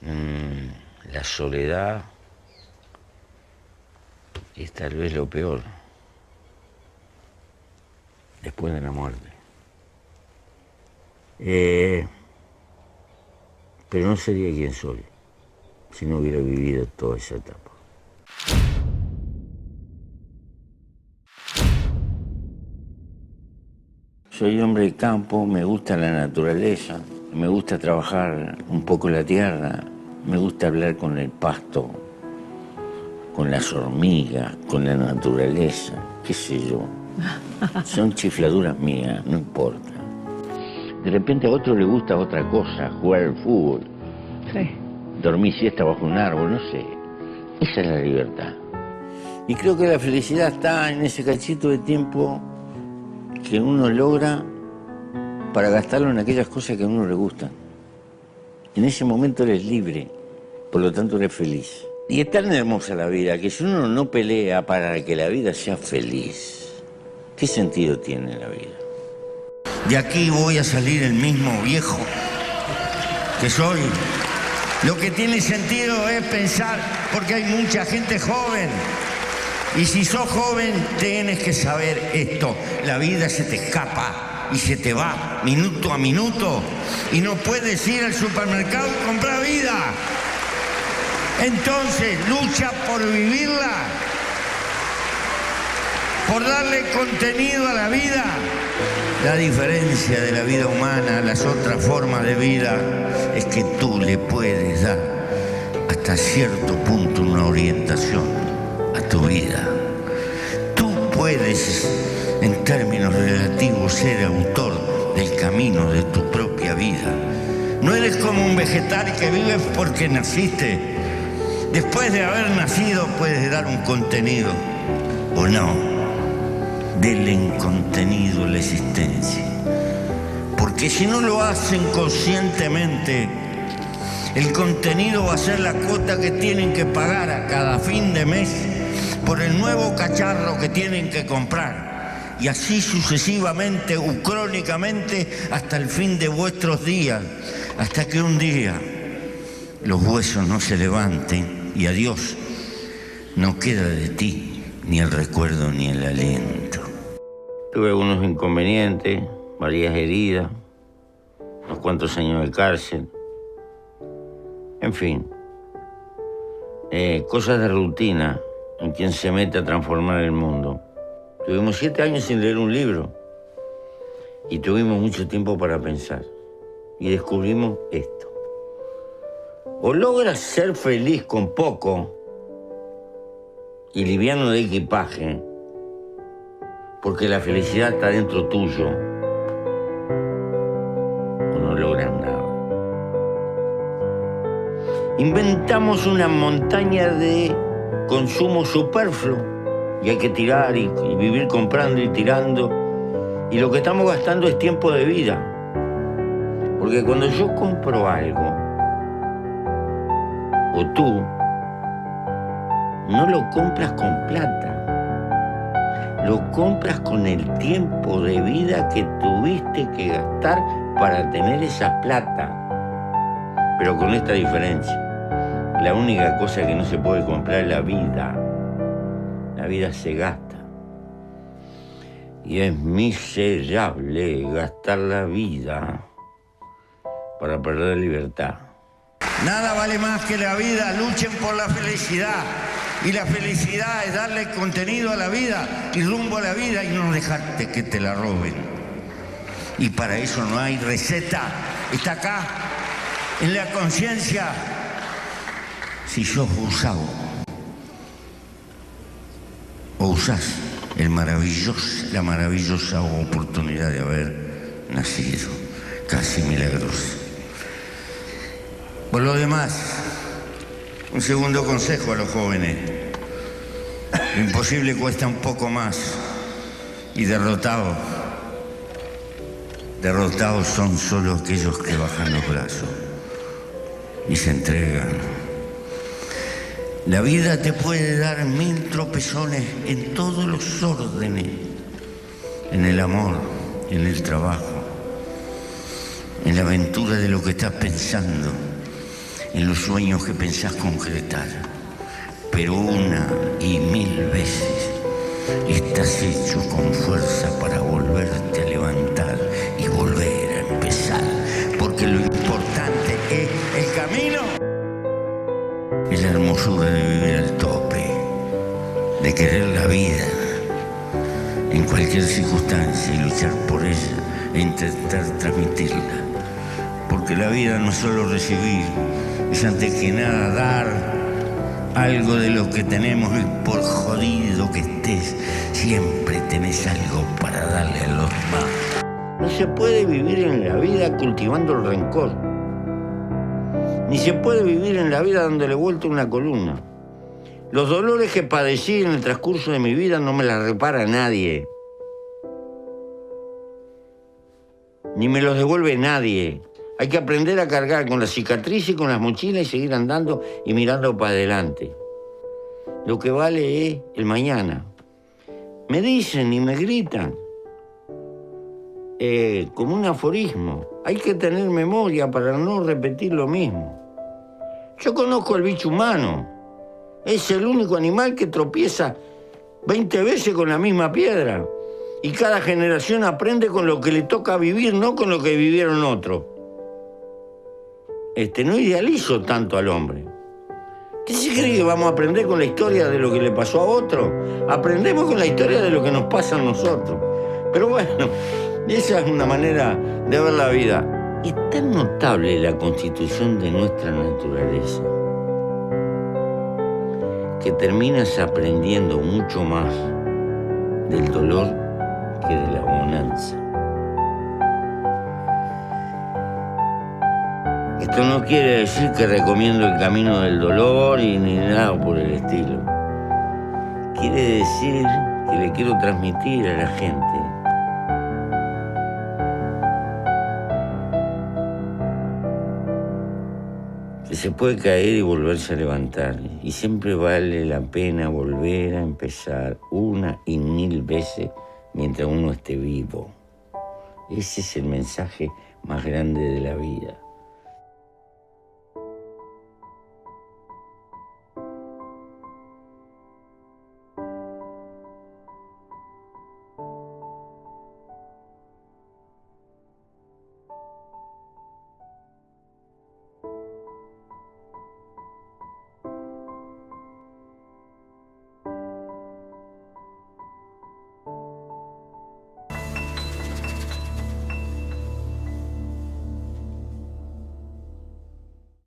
La soledad es tal vez lo peor después de la muerte. Pero no sería quien soy si no hubiera vivido toda esa etapa. Soy hombre de campo, me gusta la naturaleza, me gusta trabajar un poco la tierra, me gusta hablar con el pasto, con las hormigas, con la naturaleza, qué sé yo. Son chifladuras mías, no importa. De repente a otro le gusta otra cosa, jugar al fútbol, Sí. dormir siesta bajo un árbol, no sé. Esa es la libertad. Y creo que la felicidad está en ese cachito de tiempo que uno logra para gastarlo en aquellas cosas que a uno le gustan. En ese momento eres libre, por lo tanto eres feliz. Y es tan hermosa la vida que si uno no pelea para que la vida sea feliz, ¿qué sentido tiene la vida? De aquí voy a salir el mismo viejo que soy. Lo que tiene sentido es pensar, porque hay mucha gente joven. Y si sos joven, tienes que saber esto. La vida se te escapa y se te va minuto a minuto. Y no puedes ir al supermercado y comprar vida. Entonces, lucha por vivirla, por darle contenido a la vida. La diferencia de la vida humana a las otras formas de vida es que tú le puedes dar hasta cierto punto una orientación a tu vida. Tú puedes, en términos relativos, ser autor del camino de tu propia vida. No eres como un vegetal que vive porque naciste. Después de haber nacido puedes dar un contenido o no. Denle en contenido a la existencia. Porque si no lo hacen conscientemente, el contenido va a ser la cuota que tienen que pagar a cada fin de mes por el nuevo cacharro que tienen que comprar. Y así sucesivamente, crónicamente, hasta el fin de vuestros días. Hasta que un día los huesos no se levanten y adiós, no queda de ti ni el recuerdo ni el aliento. Tuve algunos inconvenientes, varias heridas, unos cuantos años de cárcel. En fin, cosas de rutina en quien se mete a transformar el mundo. Tuvimos 7 años sin leer un libro y tuvimos mucho tiempo para pensar. Y descubrimos esto. O logras ser feliz con poco y liviano de equipaje, porque la felicidad está dentro tuyo, o no logras nada. Inventamos una montaña de consumo superfluo y hay que tirar y vivir comprando y tirando, y lo que estamos gastando es tiempo de vida. Porque cuando yo compro algo, o tú, no lo compras con plata. Lo compras con el tiempo de vida que tuviste que gastar para tener esa plata. Pero con esta diferencia. La única cosa que no se puede comprar es la vida. La vida se gasta. Y es miserable gastar la vida para perder libertad. Nada vale más que la vida. Luchen por la felicidad. Y la felicidad es darle contenido a la vida y rumbo a la vida y no dejarte que te la roben. Y para eso no hay receta. Está acá, en la conciencia. Si sos usado o usás la maravillosa oportunidad de haber nacido, casi milagrosa. Por lo demás, un segundo consejo a los jóvenes. Lo imposible cuesta un poco más. Y derrotados son solo aquellos que bajan los brazos y se entregan. La vida te puede dar 1000 tropezones en todos los órdenes. En el amor, en el trabajo, en la aventura de lo que estás pensando, en los sueños que pensás concretar, pero una y mil veces estás hecho con fuerza para volverte a levantar y volver a empezar, porque lo importante es el camino, es la hermosura de vivir al tope, de querer la vida en cualquier circunstancia y luchar por ella e intentar transmitirla. Porque la vida no es solo recibir, es antes que nada dar algo de lo que tenemos y por jodido que estés, siempre tenés algo para darle a los demás. No se puede vivir en la vida cultivando el rencor. Ni se puede vivir en la vida dándole vuelta una columna. Los dolores que padecí en el transcurso de mi vida no me las repara nadie. Ni me los devuelve nadie. Hay que aprender a cargar con las cicatrices y con las mochilas y seguir andando y mirando para adelante. Lo que vale es el mañana. Me dicen y me gritan, como un aforismo, hay que tener memoria para no repetir lo mismo. Yo conozco al bicho humano. Es el único animal que tropieza 20 veces con la misma piedra. Y cada generación aprende con lo que le toca vivir, no con lo que vivieron otros. No idealizo tanto al hombre. ¿Qué se cree que vamos a aprender con la historia de lo que le pasó a otro? Aprendemos con la historia de lo que nos pasa a nosotros. Pero bueno, esa es una manera de ver la vida. Es tan notable la constitución de nuestra naturaleza que terminas aprendiendo mucho más del dolor que de la bonanza. Esto no quiere decir que recomiendo el camino del dolor y ni nada por el estilo. Quiere decir que le quiero transmitir a la gente que se puede caer y volverse a levantar. Y siempre vale la pena volver a empezar una y mil veces mientras uno esté vivo. Ese es el mensaje más grande de la vida.